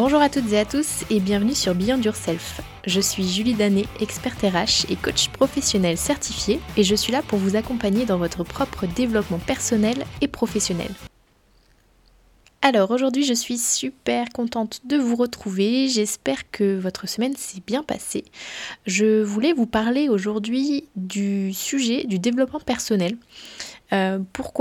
Bonjour à toutes et à tous et bienvenue sur Beyond Yourself. Je suis Julie Danet, experte RH et coach professionnel certifié et je suis là pour vous accompagner dans votre propre développement personnel et professionnel. Alors aujourd'hui je suis super contente de vous retrouver, j'espère que votre semaine s'est bien passée. Je voulais vous parler aujourd'hui du sujet du développement personnel. Pourquoi ?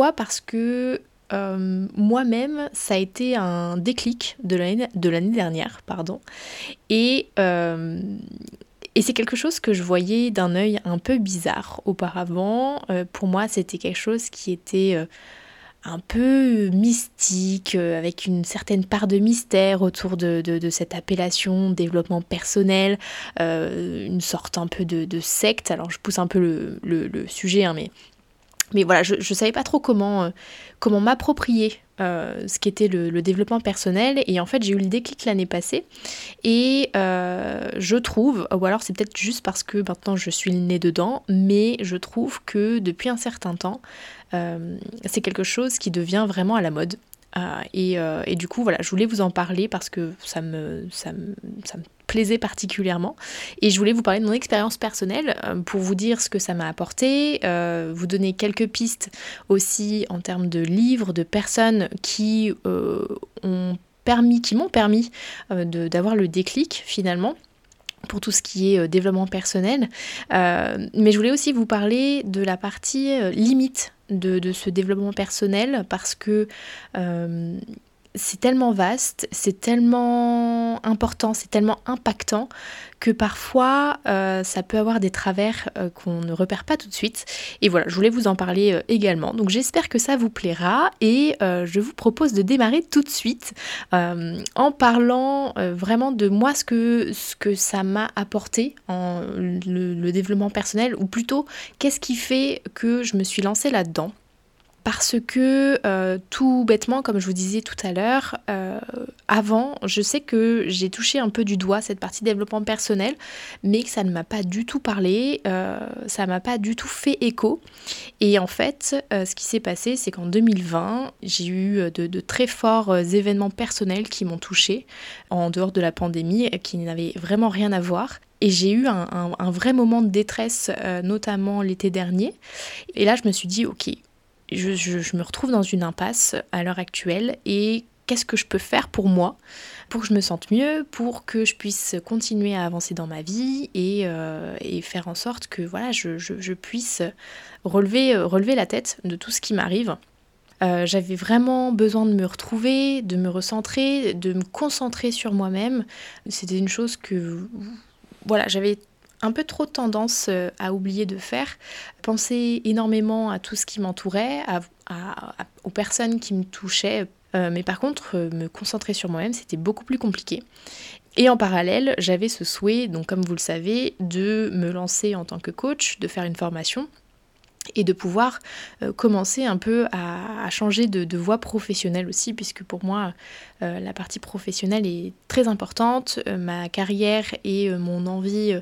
Parce que moi-même, ça a été un déclic de l'année dernière, et, c'est quelque chose que je voyais d'un œil un peu bizarre auparavant. Pour moi, c'était quelque chose qui était un peu mystique, avec une certaine part de mystère autour de cette appellation développement personnel, une sorte un peu de secte. Alors je pousse un peu le sujet, hein, mais voilà, je ne savais pas trop comment m'approprier ce qu'était le développement personnel. Et en fait, j'ai eu le déclic l'année passée. Et je trouve, ou alors c'est peut-être juste parce que maintenant je suis le nez dedans, mais je trouve que depuis un certain temps, c'est quelque chose qui devient vraiment à la mode. Et du coup, voilà, je voulais vous en parler parce que ça me plaisait particulièrement. Et je voulais vous parler de mon expérience personnelle pour vous dire ce que ça m'a apporté, vous donner quelques pistes aussi en termes de livres, de personnes qui m'ont permis d'avoir le déclic finalement pour tout ce qui est développement personnel. Mais je voulais aussi vous parler de la partie limite de ce développement personnel parce que c'est tellement vaste, c'est tellement important, c'est tellement impactant que parfois ça peut avoir des travers qu'on ne repère pas tout de suite. Et voilà, je voulais vous en parler également. Donc j'espère que ça vous plaira et je vous propose de démarrer tout de suite en parlant vraiment de moi ce que ça m'a apporté en le développement personnel, ou plutôt qu'est-ce qui fait que je me suis lancée là-dedans. Parce que tout bêtement, comme je vous disais tout à l'heure, avant, je sais que j'ai touché un peu du doigt cette partie développement personnel, mais que ça ne m'a pas du tout parlé, ça m'a pas du tout fait écho. Et en fait, ce qui s'est passé, c'est qu'en 2020, j'ai eu de très forts événements personnels qui m'ont touchée, en dehors de la pandémie, qui n'avaient vraiment rien à voir. Et j'ai eu un vrai moment de détresse, notamment l'été dernier. Et là, je me suis dit, ok, je me retrouve dans une impasse à l'heure actuelle et qu'est-ce que je peux faire pour moi, pour que je me sente mieux, pour que je puisse continuer à avancer dans ma vie et faire en sorte que voilà, je puisse relever la tête de tout ce qui m'arrive. J'avais vraiment besoin de me retrouver, de me recentrer, de me concentrer sur moi-même. C'était une chose que voilà, j'avais un peu trop tendance à oublier de faire, penser énormément à tout ce qui m'entourait, aux personnes qui me touchaient, mais par contre, me concentrer sur moi-même, c'était beaucoup plus compliqué. Et en parallèle, j'avais ce souhait, donc comme vous le savez, de me lancer en tant que coach, de faire une formation, et de pouvoir commencer un peu à changer de voie professionnelle aussi, puisque pour moi, la partie professionnelle est très importante. Ma carrière et mon envie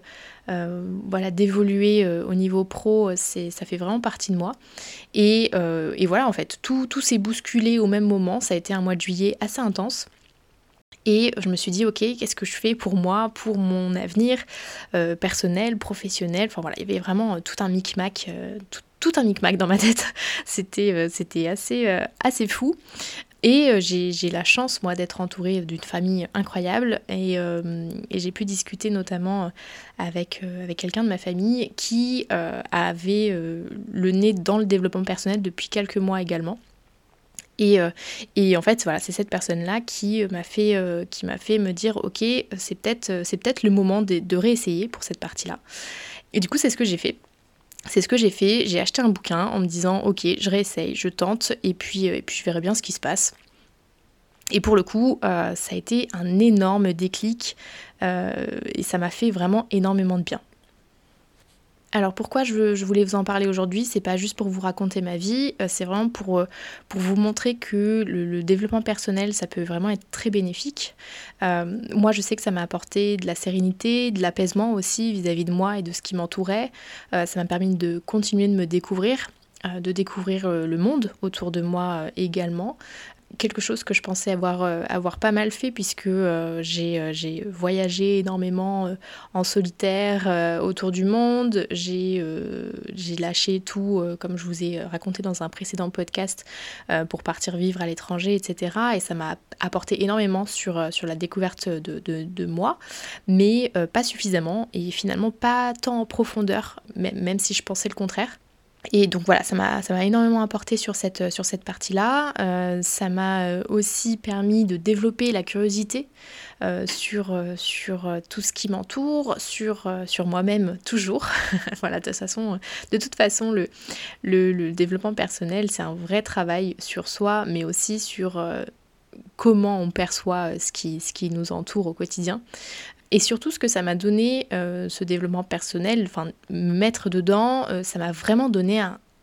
d'évoluer au niveau pro, ça fait vraiment partie de moi. Et voilà, en fait, tout s'est bousculé au même moment. Ça a été un mois de juillet assez intense. Et je me suis dit, ok, qu'est-ce que je fais pour moi, pour mon avenir personnel, professionnel. Enfin voilà, il y avait vraiment tout un micmac, tout un micmac dans ma tête. C'était assez fou. Et j'ai la chance, moi, d'être entourée d'une famille incroyable. Et j'ai pu discuter notamment avec quelqu'un de ma famille qui avait le nez dans le développement personnel depuis quelques mois également. Et en fait, voilà, c'est cette personne-là qui m'a fait me dire, ok, c'est peut-être le moment de réessayer pour cette partie-là. Et du coup, c'est ce que j'ai fait. J'ai acheté un bouquin en me disant, ok, je réessaye, je tente, et puis je verrai bien ce qui se passe. Et pour le coup, ça a été un énorme déclic, et ça m'a fait vraiment énormément de bien. Alors pourquoi je voulais vous en parler aujourd'hui, c'est pas juste pour vous raconter ma vie, c'est vraiment pour vous montrer que le développement personnel, ça peut vraiment être très bénéfique. Moi, je sais que ça m'a apporté de la sérénité, de l'apaisement aussi vis-à-vis de moi et de ce qui m'entourait. Ça m'a permis de continuer de me découvrir, de découvrir le monde autour de moi également. quelque chose que je pensais avoir pas mal fait puisque j'ai voyagé énormément en solitaire autour du monde. J'ai lâché tout, comme je vous ai raconté dans un précédent podcast, pour partir vivre à l'étranger, etc. Et ça m'a apporté énormément sur la découverte de moi, mais pas suffisamment et finalement pas tant en profondeur, même si je pensais le contraire. Et donc voilà, ça m'a énormément apporté sur cette partie-là. Ça m'a aussi permis de développer la curiosité sur tout ce qui m'entoure, sur moi-même toujours. Voilà, de toute façon, le développement personnel, c'est un vrai travail sur soi, mais aussi sur comment on perçoit ce qui nous entoure au quotidien. Et surtout, ce que ça m'a donné, ce développement personnel, enfin, me mettre dedans, ça m'a vraiment donné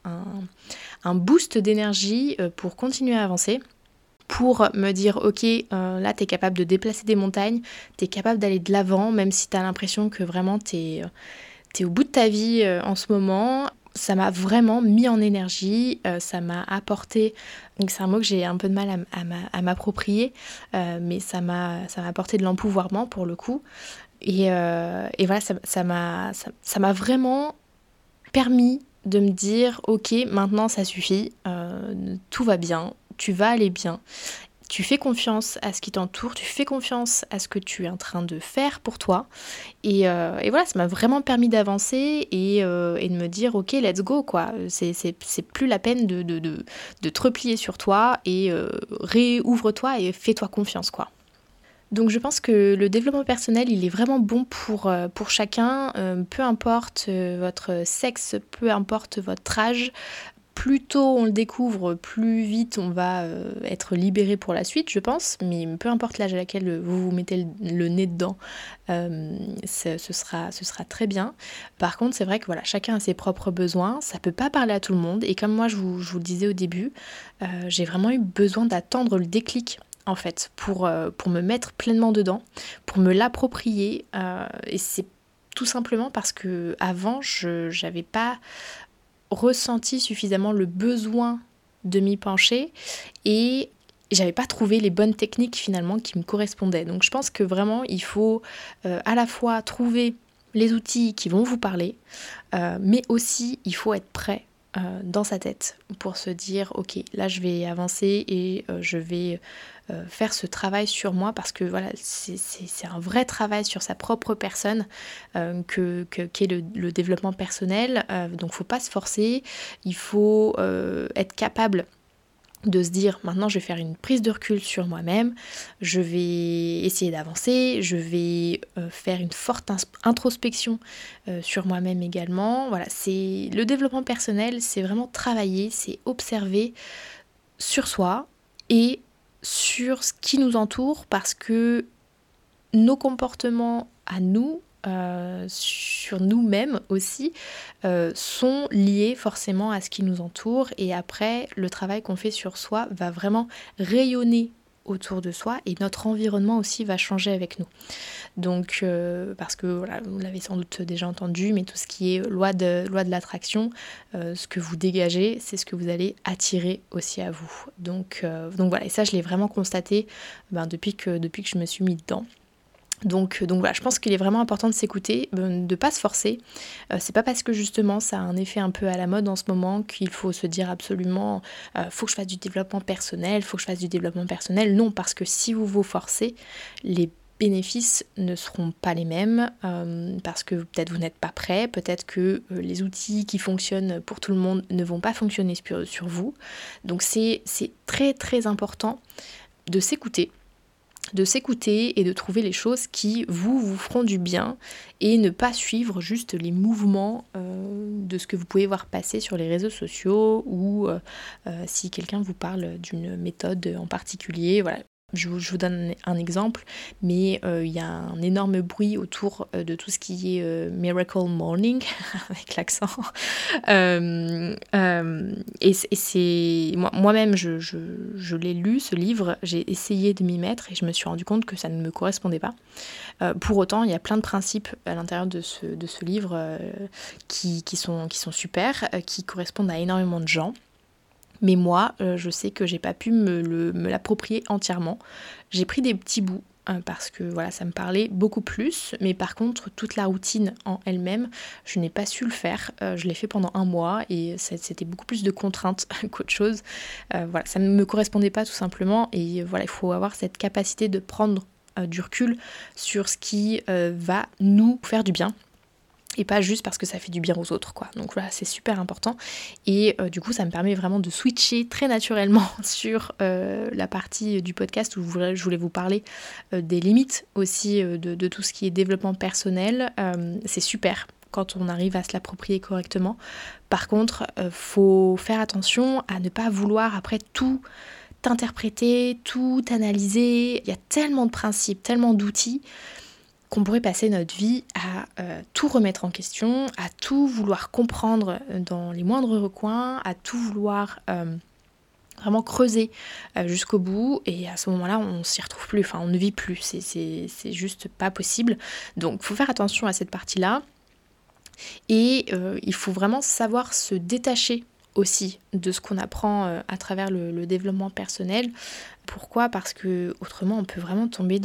un boost d'énergie pour continuer à avancer, pour me dire, ok, là, t'es capable de déplacer des montagnes, t'es capable d'aller de l'avant, même si t'as l'impression que vraiment t'es au bout de ta vie en ce moment. Ça m'a vraiment mis en énergie, ça m'a apporté, donc c'est un mot que j'ai un peu de mal à m'approprier, mais ça m'a apporté de l'empouvoirment pour le coup. Et voilà, ça m'a vraiment permis de me dire, ok, maintenant ça suffit, tout va bien, tu vas aller bien. Tu fais confiance à ce qui t'entoure, tu fais confiance à ce que tu es en train de faire pour toi. Et voilà, ça m'a vraiment permis d'avancer et de me dire, ok, let's go, quoi. C'est plus la peine de te replier sur toi et réouvre-toi et fais-toi confiance, quoi. Donc je pense que le développement personnel, il est vraiment bon pour chacun, peu importe votre sexe, peu importe votre âge. Plus tôt on le découvre, plus vite on va être libéré pour la suite, je pense. Mais peu importe l'âge à laquelle vous vous mettez le nez dedans, ce sera très bien. Par contre, c'est vrai que voilà, chacun a ses propres besoins. Ça peut pas parler à tout le monde. Et comme moi, je vous le disais au début, j'ai vraiment eu besoin d'attendre le déclic, en fait, pour me mettre pleinement dedans, pour me l'approprier. Et c'est tout simplement parce que avant, je n'avais pas ressenti suffisamment le besoin de m'y pencher et j'avais pas trouvé les bonnes techniques finalement qui me correspondaient. Donc je pense que vraiment il faut à la fois trouver les outils qui vont vous parler, mais aussi il faut être prêt dans sa tête pour se dire ok, là je vais avancer et je vais faire ce travail sur moi parce que voilà, c'est un vrai travail sur sa propre personne qu'est le développement personnel. Donc faut pas se forcer, il faut être capable de se dire maintenant je vais faire une prise de recul sur moi-même, je vais essayer d'avancer, je vais faire une forte introspection sur moi-même également. Voilà, c'est le développement personnel, c'est vraiment travailler, c'est observer sur soi et sur ce qui nous entoure parce que nos comportements à nous, sur nous-mêmes aussi, sont liés forcément à ce qui nous entoure et après le travail qu'on fait sur soi va vraiment rayonner autour de soi et notre environnement aussi va changer avec nous. Donc parce que voilà, vous l'avez sans doute déjà entendu, mais tout ce qui est loi de l'attraction, ce que vous dégagez, c'est ce que vous allez attirer aussi à vous. Donc voilà, et ça je l'ai vraiment constaté depuis que je me suis mis dedans. Donc voilà, je pense qu'il est vraiment important de s'écouter, de ne pas se forcer. C'est pas parce que justement ça a un effet un peu à la mode en ce moment qu'il faut se dire absolument faut que je fasse du développement personnel, Non, parce que si vous vous forcez, les bénéfices ne seront pas les mêmes parce que peut-être vous n'êtes pas prêt, peut-être que les outils qui fonctionnent pour tout le monde ne vont pas fonctionner sur vous. Donc c'est très très important de s'écouter et de trouver les choses qui vous feront du bien et ne pas suivre juste les mouvements de ce que vous pouvez voir passer sur les réseaux sociaux ou si quelqu'un vous parle d'une méthode en particulier. Voilà. Je vous donne un exemple, mais il y a un énorme bruit autour de tout ce qui est Miracle Morning, avec l'accent. Et c'est moi-même, je l'ai lu, ce livre, j'ai essayé de m'y mettre et je me suis rendu compte que ça ne me correspondait pas. Pour autant, il y a plein de principes à l'intérieur de ce livre qui sont super, qui correspondent à énormément de gens. Mais moi, je sais que j'ai pas pu me l'approprier entièrement. J'ai pris des petits bouts parce que voilà, ça me parlait beaucoup plus. Mais par contre, toute la routine en elle-même, je n'ai pas su le faire. Je l'ai fait pendant 1 mois et c'était beaucoup plus de contraintes qu'autre chose. Voilà, ça ne me correspondait pas tout simplement. Et voilà, il faut avoir cette capacité de prendre du recul sur ce qui va nous faire du bien. Et pas juste parce que ça fait du bien aux autres, quoi. Donc voilà, c'est super important. Et du coup, ça me permet vraiment de switcher très naturellement sur la partie du podcast où je voulais vous parler des limites aussi de tout ce qui est développement personnel. C'est super quand on arrive à se l'approprier correctement. Par contre, faut faire attention à ne pas vouloir après tout interpréter, tout analyser. Il y a tellement de principes, tellement d'outils qu'on pourrait passer notre vie à tout remettre en question, à tout vouloir comprendre dans les moindres recoins, à tout vouloir vraiment creuser jusqu'au bout, et à ce moment-là on s'y retrouve plus, enfin on ne vit plus, c'est juste pas possible. Donc il faut faire attention à cette partie-là, et il faut vraiment savoir se détacher aussi de ce qu'on apprend à travers le développement personnel. Pourquoi ? Parce que autrement on peut vraiment tomber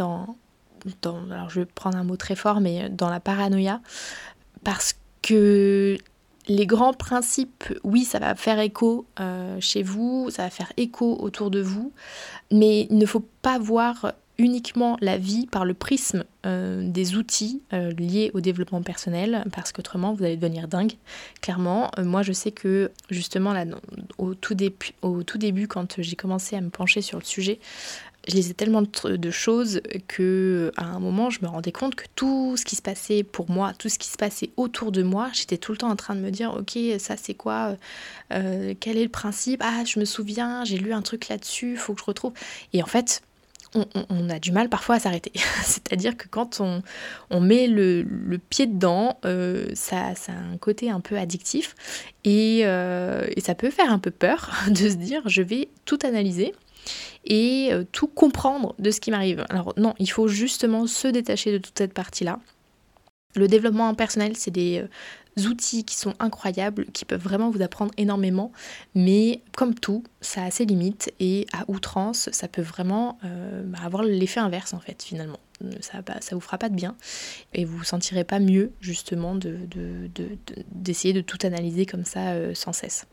alors je vais prendre un mot très fort, mais dans la paranoïa, parce que les grands principes, oui, ça va faire écho chez vous, ça va faire écho autour de vous, mais il ne faut pas voir uniquement la vie par le prisme des outils liés au développement personnel, parce qu'autrement vous allez devenir dingue, clairement. Moi je sais que justement là, au tout début, quand j'ai commencé à me pencher sur le sujet, je lisais tellement de choses que à un moment je me rendais compte que tout ce qui se passait pour moi, tout ce qui se passait autour de moi, j'étais tout le temps en train de me dire ok, ça c'est quoi, quel est le principe, ah je me souviens, j'ai lu un truc là-dessus, faut que je retrouve. Et en fait on a du mal parfois à s'arrêter. C'est-à-dire que quand on met le pied dedans, ça a un côté un peu addictif, et ça peut faire un peu peur de se dire je vais tout analyser et tout comprendre de ce qui m'arrive. Alors non, il faut justement se détacher de toute cette partie-là. Le développement personnel, c'est des outils qui sont incroyables, qui peuvent vraiment vous apprendre énormément, mais comme tout, ça a ses limites, et à outrance, ça peut vraiment avoir l'effet inverse en fait, finalement. Ça vous fera pas de bien, et vous vous sentirez pas mieux justement d'essayer de tout analyser comme ça sans cesse.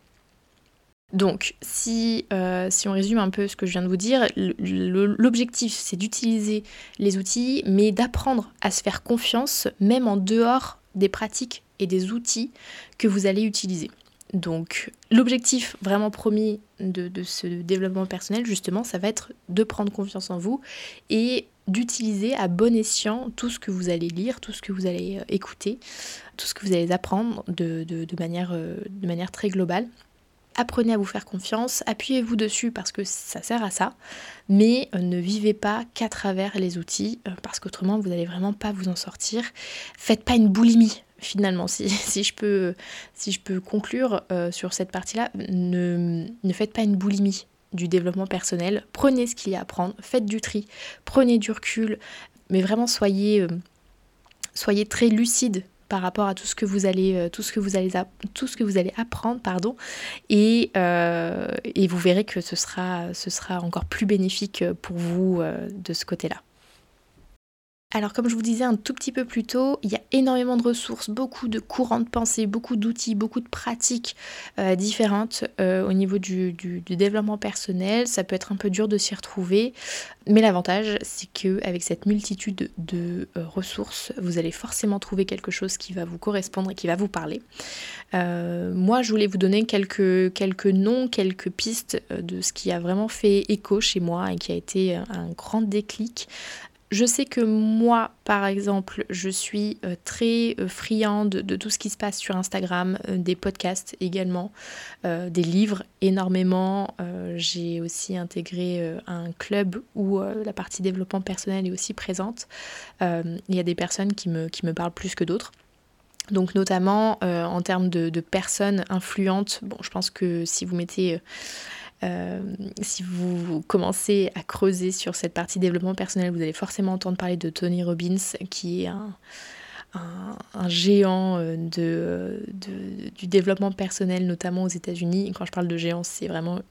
Donc, si on résume un peu ce que je viens de vous dire, l'objectif c'est d'utiliser les outils, mais d'apprendre à se faire confiance, même en dehors des pratiques et des outils que vous allez utiliser. Donc, l'objectif vraiment premier de ce développement personnel, justement, ça va être de prendre confiance en vous et d'utiliser à bon escient tout ce que vous allez lire, tout ce que vous allez écouter, tout ce que vous allez apprendre de manière très globale. Apprenez à vous faire confiance, appuyez-vous dessus parce que ça sert à ça, mais ne vivez pas qu'à travers les outils, parce qu'autrement vous n'allez vraiment pas vous en sortir. Faites pas une boulimie finalement, si je peux conclure sur cette partie-là, ne faites pas une boulimie du développement personnel, prenez ce qu'il y a à prendre, faites du tri, prenez du recul, mais vraiment soyez très lucide par rapport à tout ce que vous allez apprendre, et vous verrez que ce sera encore plus bénéfique pour vous de ce côté-là. Alors comme je vous disais un tout petit peu plus tôt, il y a énormément de ressources, beaucoup de courants de pensée, beaucoup d'outils, beaucoup de pratiques différentes au niveau du développement personnel. Ça peut être un peu dur de s'y retrouver, mais l'avantage c'est qu'avec cette multitude de ressources, vous allez forcément trouver quelque chose qui va vous correspondre et qui va vous parler. Moi je voulais vous donner quelques noms, quelques pistes de ce qui a vraiment fait écho chez moi et qui a été un grand déclic. Je sais que moi, par exemple, je suis très friande de tout ce qui se passe sur Instagram, des podcasts également, des livres énormément. J'ai aussi intégré un club où la partie développement personnel est aussi présente. Il y a des personnes qui me parlent plus que d'autres. Donc notamment en termes de personnes influentes, bon, je pense que si vous mettez... si vous commencez à creuser sur cette partie développement personnel, vous allez forcément entendre parler de Tony Robbins, qui est un géant du développement personnel, notamment aux États-Unis. Et quand je parle de géant, c'est vraiment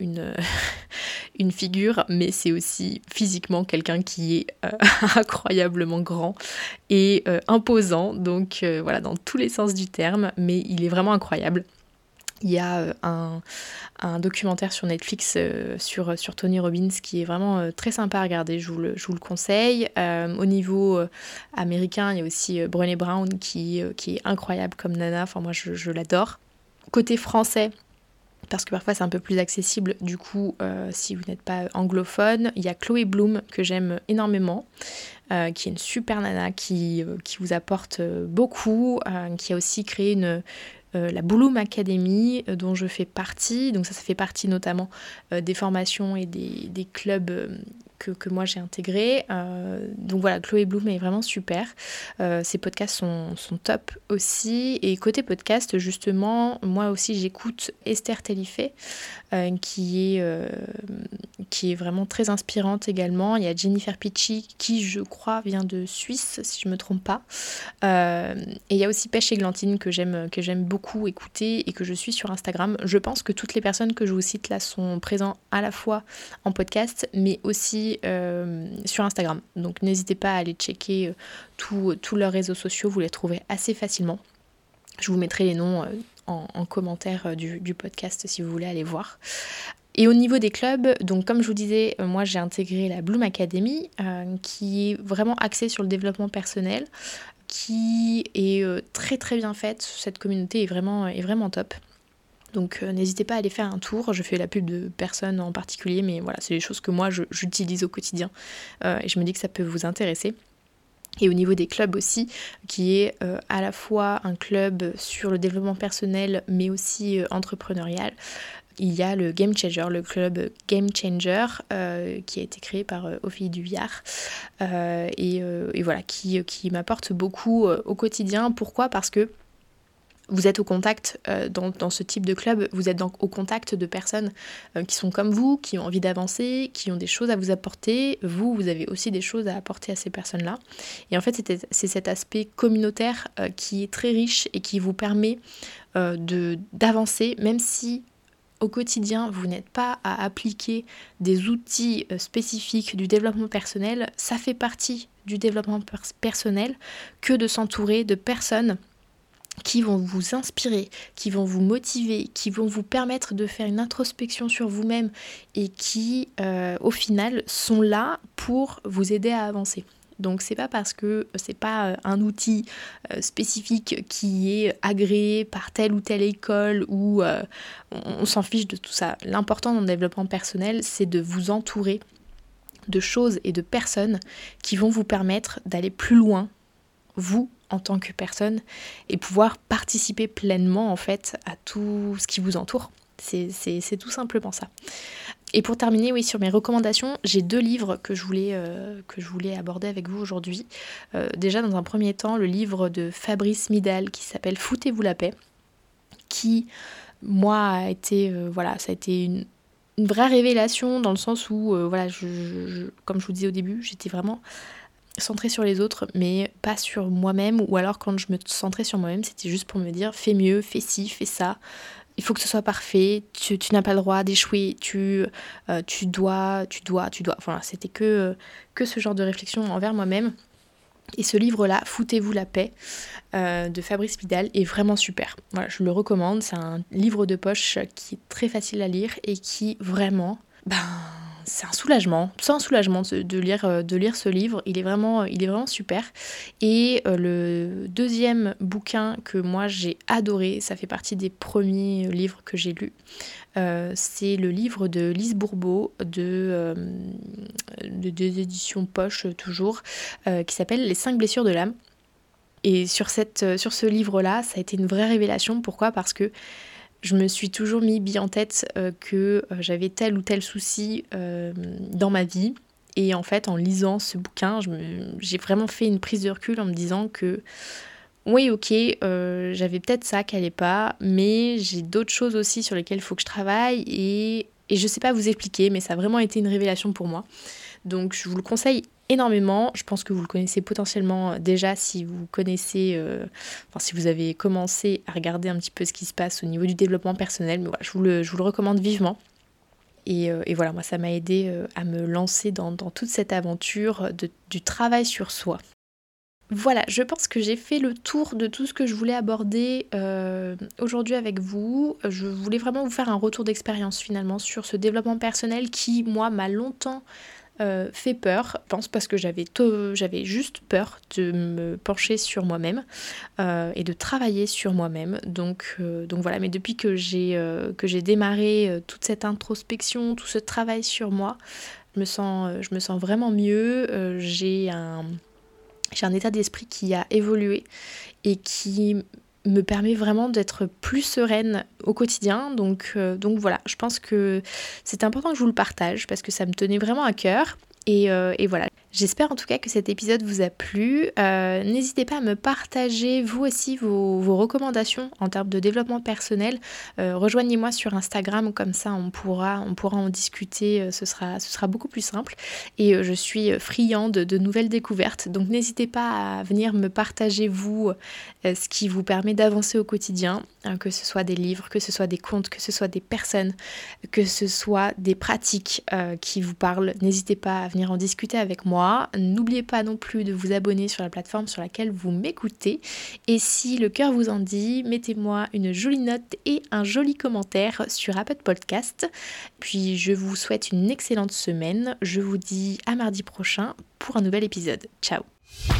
une figure, mais c'est aussi physiquement quelqu'un qui est incroyablement grand et imposant, donc voilà, dans tous les sens du terme, mais il est vraiment incroyable. Il y a un documentaire sur Netflix sur Tony Robbins qui est vraiment très sympa à regarder, je vous le conseille. Au niveau américain, il y a aussi Brené Brown qui est incroyable comme nana, enfin moi je l'adore. Côté français, parce que parfois c'est un peu plus accessible, du coup si vous n'êtes pas anglophone, il y a Chloé Bloom que j'aime énormément, qui est une super nana qui vous apporte beaucoup, qui a aussi créé la Bloom Academy dont je fais partie, donc ça fait partie notamment des formations et des clubs que moi j'ai intégrés. Donc voilà, Chloé Bloom est vraiment super. Ses podcasts sont top aussi. Et côté podcast, justement, moi aussi j'écoute Esther Telifé, qui est vraiment très inspirante également. Il y a Jennifer Pitchy qui, je crois, vient de Suisse, si je ne me trompe pas. Et il y a aussi Pêche Églantine que j'aime beaucoup écouter et que je suis sur Instagram. Je pense que toutes les personnes que je vous cite là sont présentes à la fois en podcast, mais aussi sur Instagram. Donc n'hésitez pas à aller checker tous leurs réseaux sociaux, vous les trouverez assez facilement. Je vous mettrai les noms en commentaire du podcast si vous voulez aller voir. Et au niveau des clubs, donc comme je vous disais, moi j'ai intégré la Bloom Academy qui est vraiment axée sur le développement personnel, qui est très très bien faite. Cette communauté est vraiment top. Donc n'hésitez pas à aller faire un tour. Je fais la pub de personne en particulier, mais voilà, c'est des choses que moi j'utilise au quotidien et je me dis que ça peut vous intéresser. Et au niveau des clubs aussi, qui est à la fois un club sur le développement personnel, mais aussi entrepreneurial, il y a le Game Changer, le club Game Changer, qui a été créé par Ophélie Duvillard, et voilà, qui m'apporte beaucoup au quotidien. Pourquoi ? Parce que vous êtes au contact, dans ce type de club, vous êtes au contact de personnes qui sont comme vous, qui ont envie d'avancer, qui ont des choses à vous apporter. Vous avez aussi des choses à apporter à ces personnes-là. Et en fait, c'est cet aspect communautaire qui est très riche et qui vous permet d'avancer, même si au quotidien, vous n'êtes pas à appliquer des outils spécifiques du développement personnel. Ça fait partie du développement personnel que de s'entourer de personnes qui vont vous inspirer, qui vont vous motiver, qui vont vous permettre de faire une introspection sur vous-même et qui, au final, sont là pour vous aider à avancer. Donc c'est pas parce que c'est pas un outil spécifique qui est agréé par telle ou telle école ou on s'en fiche de tout ça. L'important dans le développement personnel, c'est de vous entourer de choses et de personnes qui vont vous permettre d'aller plus loin, vous, en tant que personne, et pouvoir participer pleinement en fait à tout ce qui vous entoure. C'est tout simplement ça. Et pour terminer, oui, sur mes recommandations, j'ai 2 livres que je voulais aborder avec vous aujourd'hui. Déjà, dans un premier temps, le livre de Fabrice Midal qui s'appelle « Foutez-vous la paix », qui, moi, a été, ça a été une vraie révélation dans le sens où, comme je vous disais au début, j'étais vraiment centrée sur les autres, mais pas sur moi-même, ou alors quand je me centrais sur moi-même, c'était juste pour me dire « fais mieux, fais ci, fais ça ». Il faut que ce soit parfait, tu n'as pas le droit d'échouer, tu dois. Voilà, c'était que ce genre de réflexion envers moi-même. Et ce livre-là, Foutez-vous la paix, de Fabrice Midal, est vraiment super. Voilà, je le recommande, c'est un livre de poche qui est très facile à lire et qui vraiment, c'est un soulagement. C'est un soulagement de lire ce livre. Il est vraiment super. Et le deuxième bouquin que moi j'ai adoré, ça fait partie des premiers livres que j'ai lus. C'est le livre de Lise Bourbeau des éditions Poche toujours, qui s'appelle Les 5 blessures de l'âme. Et sur ce livre-là, ça a été une vraie révélation. Pourquoi ? Parce que je me suis toujours mis bien en tête que j'avais tel ou tel souci dans ma vie. Et en fait, en lisant ce bouquin, j'ai vraiment fait une prise de recul en me disant que oui, ok, j'avais peut-être ça qui allait pas, mais j'ai d'autres choses aussi sur lesquelles il faut que je travaille. Et je sais pas vous expliquer, mais ça a vraiment été une révélation pour moi. Donc je vous le conseille énormément. Je pense que vous le connaissez potentiellement déjà si vous connaissez, si vous avez commencé à regarder un petit peu ce qui se passe au niveau du développement personnel. Mais voilà, je vous le recommande vivement. Et voilà, moi ça m'a aidé à me lancer dans toute cette aventure du travail sur soi. Voilà, je pense que j'ai fait le tour de tout ce que je voulais aborder aujourd'hui avec vous. Je voulais vraiment vous faire un retour d'expérience finalement sur ce développement personnel qui, moi, m'a longtemps fait peur. Je pense parce que j'avais juste peur de me pencher sur moi-même et de travailler sur moi-même. Donc voilà, mais depuis que j'ai démarré toute cette introspection, tout ce travail sur moi, je me sens vraiment mieux. J'ai un état d'esprit qui a évolué et qui me permet vraiment d'être plus sereine au quotidien. Donc voilà, je pense que c'est important que je vous le partage parce que ça me tenait vraiment à cœur. Et voilà. J'espère en tout cas que cet épisode vous a plu. N'hésitez pas à me partager vous aussi vos recommandations en termes de développement personnel. Rejoignez-moi sur Instagram, comme ça on pourra en discuter, ce sera beaucoup plus simple. Et je suis friande de nouvelles découvertes, donc n'hésitez pas à venir me partager vous ce qui vous permet d'avancer au quotidien, que ce soit des livres, que ce soit des contes, que ce soit des personnes, que ce soit des pratiques qui vous parlent. N'hésitez pas à venir en discuter avec moi. N'oubliez pas non plus de vous abonner sur la plateforme sur laquelle vous m'écoutez. Et si le cœur vous en dit, mettez-moi une jolie note et un joli commentaire sur Apple Podcast. Puis je vous souhaite une excellente semaine. Je vous dis à mardi prochain pour un nouvel épisode. Ciao!